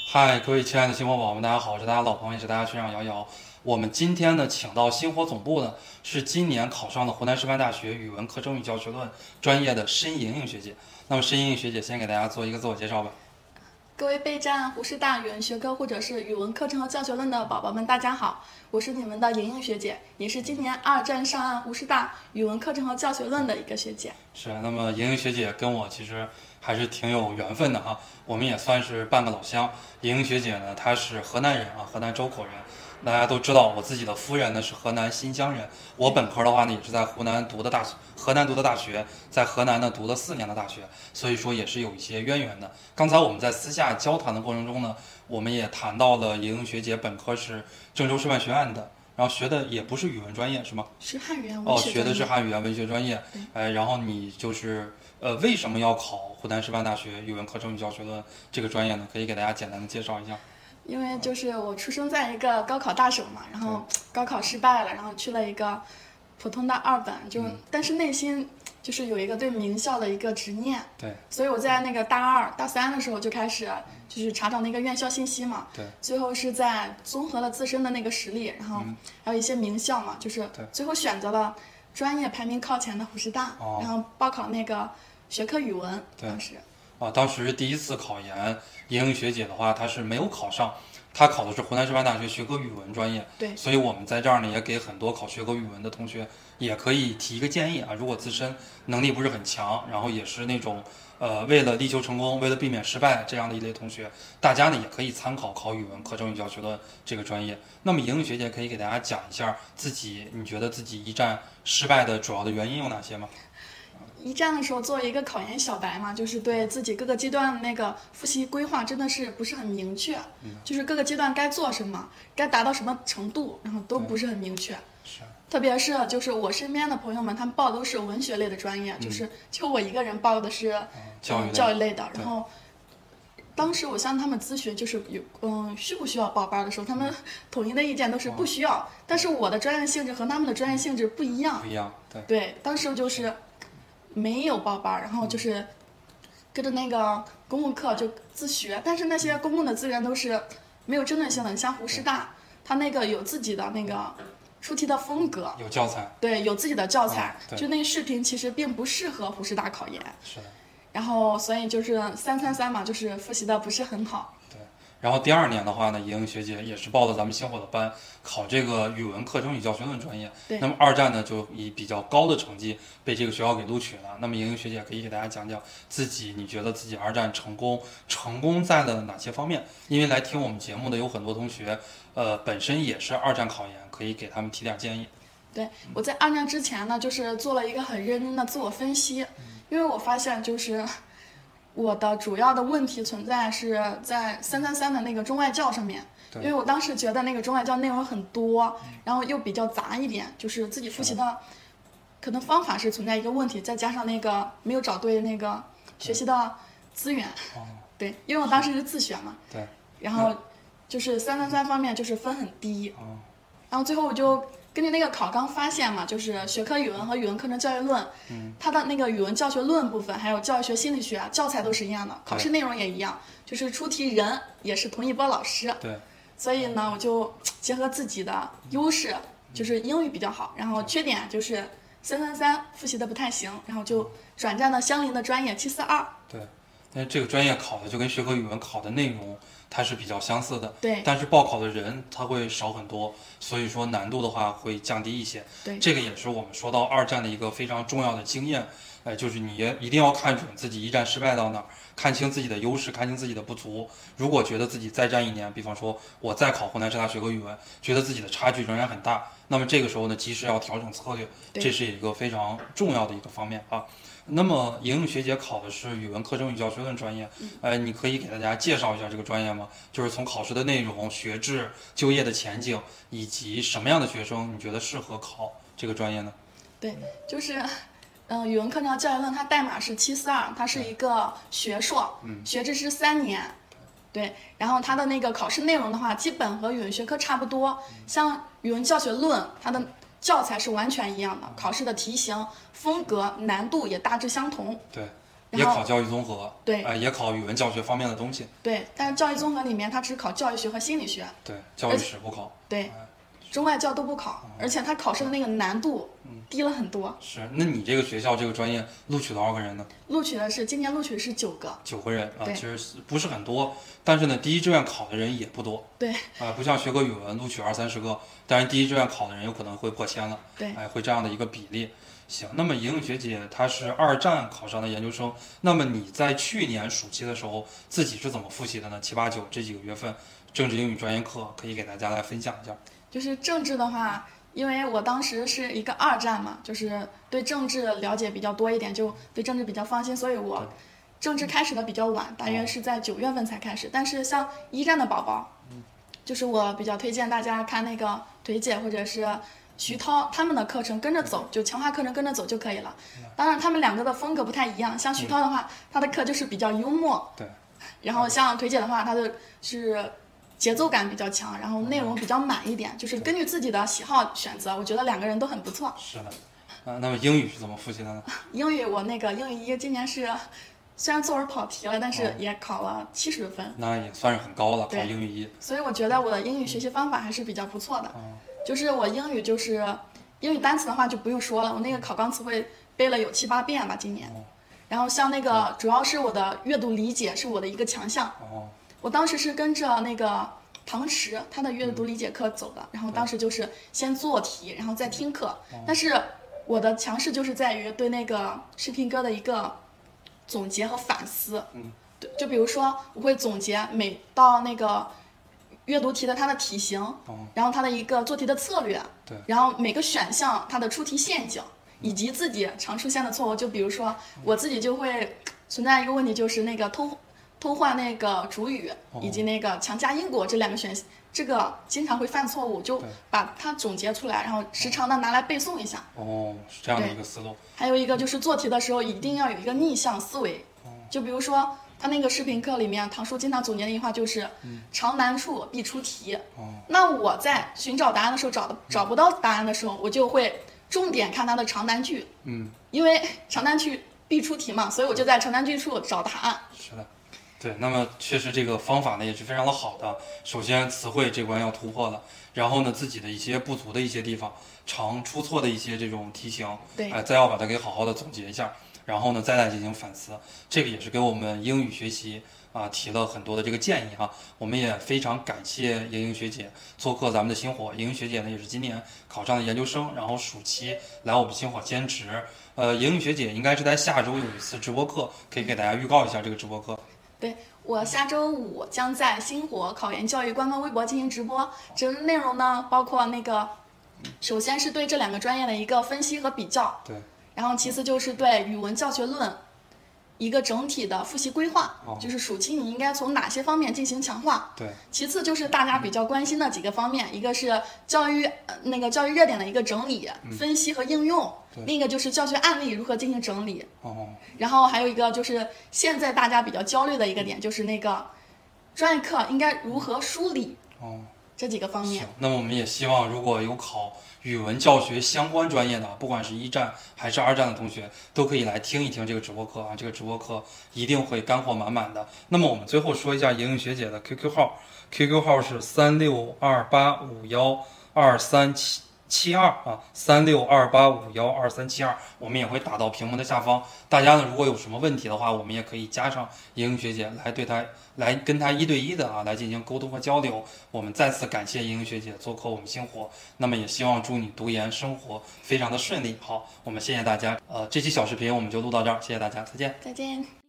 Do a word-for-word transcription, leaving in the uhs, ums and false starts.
嗨，各位亲爱的星火宝宝们，大家好，我是大家老朋友，也是大家学长瑶瑶。我们今天呢，请到星火总部的是今年考上了湖南师范大学语文课程与教学论专业的申莹莹学姐。那么申莹莹学姐先给大家做一个自我介绍吧。 各位备战湖师大语文学科或者是语文课程和教学论的宝宝们，大家好，我是你们的莹莹学姐，也是今年二战上岸湖师大语文课程和教学论的一个学姐。 是，那么莹莹学姐跟我其实还是挺有缘分的哈，我们也算是半个老乡。莹莹学姐呢，她是河南人啊，河南周口人。大家都知道，我自己的夫人呢是河南新乡人。我本科的话呢，也是在湖南读的大学，河南读的大学，在河南呢读了四年的大学，所以说也是有一些渊源的。刚才我们在私下交谈的过程中呢，我们也谈到了莹莹学姐本科是郑州师范学院的，然后学的也不是语文专业是吗？ 是汉语言哦， 文学专业。 学的是汉语言文学专业。哎，然后你就是呃，为什么要考湖南师范大学语文课程与教学论这个专业呢？可以给大家简单的介绍一下。 因为就是我出生在一个高考大省嘛，然后高考失败了，然后去了一个普通的二本，就、嗯、但是内心就是有一个对名校的一个执念。 对。 所以我在那个大二、大三的时候就开始就是查找那个院校信息嘛。 对。 最后是在综合了自身的那个实力，然后还有一些名校嘛，就是最后选择了专业排名靠前的湖师大， 哦、 然后报考那个学科语文。 对。 当时。 啊，当时第一次考研，莹莹学姐的话，她是没有考上，她考的是湖南师范大学学科语文专业。 对。 所以我们在这儿呢，也给很多考学科语文的同学，也可以提一个建议啊，如果自身能力不是很强，然后也是那种呃为了力求成功，为了避免失败这样的一类同学，大家呢也可以参考考语文课程与教学论这个专业。那么莹莹学姐可以给大家讲一下自己，你觉得自己一战失败的主要的原因有哪些吗？ 一战的时候作为一个考研小白嘛，就是对自己各个阶段的那个复习规划真的是不是很明确， 嗯、 就是各个阶段该做什么，该达到什么程度，然后都不是很明确。 是。 特别是就是我身边的朋友们，他们报的都是文学类的专业，嗯、就是就我一个人报的是、嗯、 教育类教育类的。然后当时我向他们咨询，就是有嗯需不需要报班的时候，他们统一的意见都是不需要。嗯、但是我的专业性质和他们的专业性质不一样。 不一样，对。 对，当时就是没有报班，然后就是跟着那个公共课就自学，但是那些公共的资源都是没有针对性的。你像湖师大，它那个有自己的那个出题的风格， 有教材， 对，有自己的教材， 嗯、 就那视频其实并不适合湖师大考研。 是的。 然后所以就是三三三嘛，就是复习的不是很好。 对。然后第二年的话呢，莹莹学姐也是报了咱们星火的班，考这个语文课程与教学论专业。 对。 那么二战呢，就以比较高的成绩被这个学校给录取了。那么莹莹学姐可以给大家讲讲自己，你觉得自己二战成功，成功在了哪些方面？因为来听我们节目的有很多同学，呃，本身也是二战考研，可以给他们提点建议。 对，我在二战之前呢，就是做了一个很认真的自我分析，嗯、因为我发现就是我的主要的问题存在是在三三三的那个中外教上面，因为我当时觉得那个中外教内容很多，然后又比较杂一点，就是自己复习的可能方法是存在一个问题，再加上那个没有找对那个学习的资源。对，因为我当时是自学嘛。 对。 然后就是三三三方面就是分很低，然后最后我就根据那个考纲发现嘛，就是学科语文和语文课程教育论， 嗯、 它的那个语文教学论部分，还有教育学心理学教材都是一样的，考试内容也一样，就是出题人也是同一波老师。 对。 所以呢，我就结合自己的优势，就是英语比较好，然后缺点就是三三三复习的不太行，然后就转战了相邻的专业七四二。 对，因为这个专业考的就跟学科语文考的内容它是比较相似的， 对， 但是报考的人他会少很多，所以说难度的话会降低一些。 对， 这个也是我们说到二战的一个非常重要的经验，哎，就是你也一定要看准自己一战失败到哪儿，看清自己的优势，看清自己的不足。如果觉得自己再战一年，比方说我再考湖南师大学科语文，觉得自己的差距仍然很大，那么这个时候呢，及时要调整策略，这是一个非常重要的一个方面啊。那么莹莹学姐考的是语文课程与教学论专业，呃，你可以给大家介绍一下这个专业吗？就是从考试的内容、学制、就业的前景，以及什么样的学生你觉得适合考这个专业呢？ 对，就是，嗯、呃，语文课程教育论它代码是七四二，它是一个学硕， 嗯、 学制是三年。对，然后它的那个考试内容的话，基本和语文学科差不多，像语文教学论，它的教材是完全一样的，考试的题型、风格、难度也大致相同。 对。 也考教育综合， 对， 呃，也考语文教学方面的东西。 对，但是教育综合里面它只考教育学和心理学。 对，教育史不考。 对，中外教都不考， 嗯、 而且它考试的那个难度低了很多。 是，那你这个学校这个专业录取多少个人呢？ 录取的是今年录取是九个。 九个人啊，其实不是很多，但是呢，第一志愿考的人也不多。 对。 啊、呃，不像学科语文录取二三十个，但是第一志愿考的人有可能会破千了。 对。 哎，会这样的一个比例。行，那么莹莹学姐她是二战考上的研究生，那么你在去年暑期的时候自己是怎么复习的呢？七八九这几个月份政治英语专业课可以给大家来分享一下。 就是政治的话，因为我当时是一个二战嘛，就是对政治了解比较多一点，就对政治比较放心，所以我政治开始的比较晚，大约是在九月份才开始。但是像一战的宝宝，就是我比较推荐大家看那个腿姐或者是徐涛他们的课程跟着走，就强化课程跟着走就可以了。当然他们两个的风格不太一样，像徐涛的话，他的课就是比较幽默， 对。 然后像腿姐的话，他的是节奏感比较强，然后内容比较满一点，就是根据自己的喜好选择。我觉得两个人都很不错。 是的。啊，那么英语是怎么复习的呢？ 英语我那个英语一今年是虽然作文跑题了，但是也考了七十分、哦， 那也算是很高了，考英语一。 所以我觉得我的英语学习方法还是比较不错的。哦、就是我英语就是英语单词的话就不用说了，我那个考纲词汇背了有七八遍吧，今年。哦、然后像那个主要是我的阅读理解是我的一个强项。哦。我当时是跟着那个唐池他的阅读理解课走的，嗯、然后当时就是先做题，然后再听课。哦、但是我的强势就是在于对那个视频歌的一个总结和反思。嗯，对，就比如说我会总结每到那个阅读题的它的题型，哦、然后它的一个做题的策略， 对， 然后每个选项它的出题陷阱，以及自己常出现的错误。就比如说我自己就会存在一个问题，就是那个偷。偷换那个主语以及那个强加因果这两个选项，这个经常会犯错误，就把它总结出来，然后时常的拿来背诵一下。 哦，是这样的一个思路。 还有一个就是做题的时候一定要有一个逆向思维。哦、就比如说他那个视频课里面，唐叔经常总结的一句话就是“常难处必出题”。哦、那我在寻找答案的时候找的找不到答案的时候，我就会重点看它的长难句。嗯，因为长难句必出题嘛，所以我就在长难句处找答案。 是的。对，那么确实这个方法呢也是非常的好的。首先词汇这关要突破了，然后呢自己的一些不足的一些地方，常出错的一些这种题型， 对， 哎、呃，再要把它给好好的总结一下，然后呢再来进行反思。这个也是给我们英语学习啊、呃、提了很多的这个建议哈。我们也非常感谢莹莹学姐做客咱们的星火。莹莹学姐呢也是今年考上的研究生，然后暑期来我们星火兼职。呃，莹莹学姐应该是在下周有一次直播课，可以给大家预告一下这个直播课。 对，我下周五将在星火考研教育官方微博进行直播，这内容呢包括那个，首先是对这两个专业的一个分析和比较， 对， 然后其次就是对语文教学论一个整体的复习规划， 哦、 就是暑期你应该从哪些方面进行强化。 对， 其次就是大家比较关心的几个方面，一个是教育、呃、那个教育热点的一个整理、嗯、分析和应用，另一个就是教学案例如何进行整理。 哦， 然后还有一个就是现在大家比较焦虑的一个点，就是那个专业课应该如何梳理。 哦， 这几个方面。 那么我们也希望如果有考语文教学相关专业的，不管是一战还是二战的同学，都可以来听一听这个直播课啊，这个直播课一定会干货满满的。那么我们最后说一下莹莹学姐的 Q Q 号 ，Q Q 号是三六二八五幺二三七七二啊，三六二八五幺二三七二，我们也会打到屏幕的下方。大家呢，如果有什么问题的话，我们也可以加上莹莹学姐来对她来跟她一对一的啊来进行沟通和交流。我们再次感谢莹莹学姐做客我们星火，那么也希望祝你读研生活非常的顺利。好，我们谢谢大家，呃，这期小视频我们就录到这儿，谢谢大家，再见， 再见。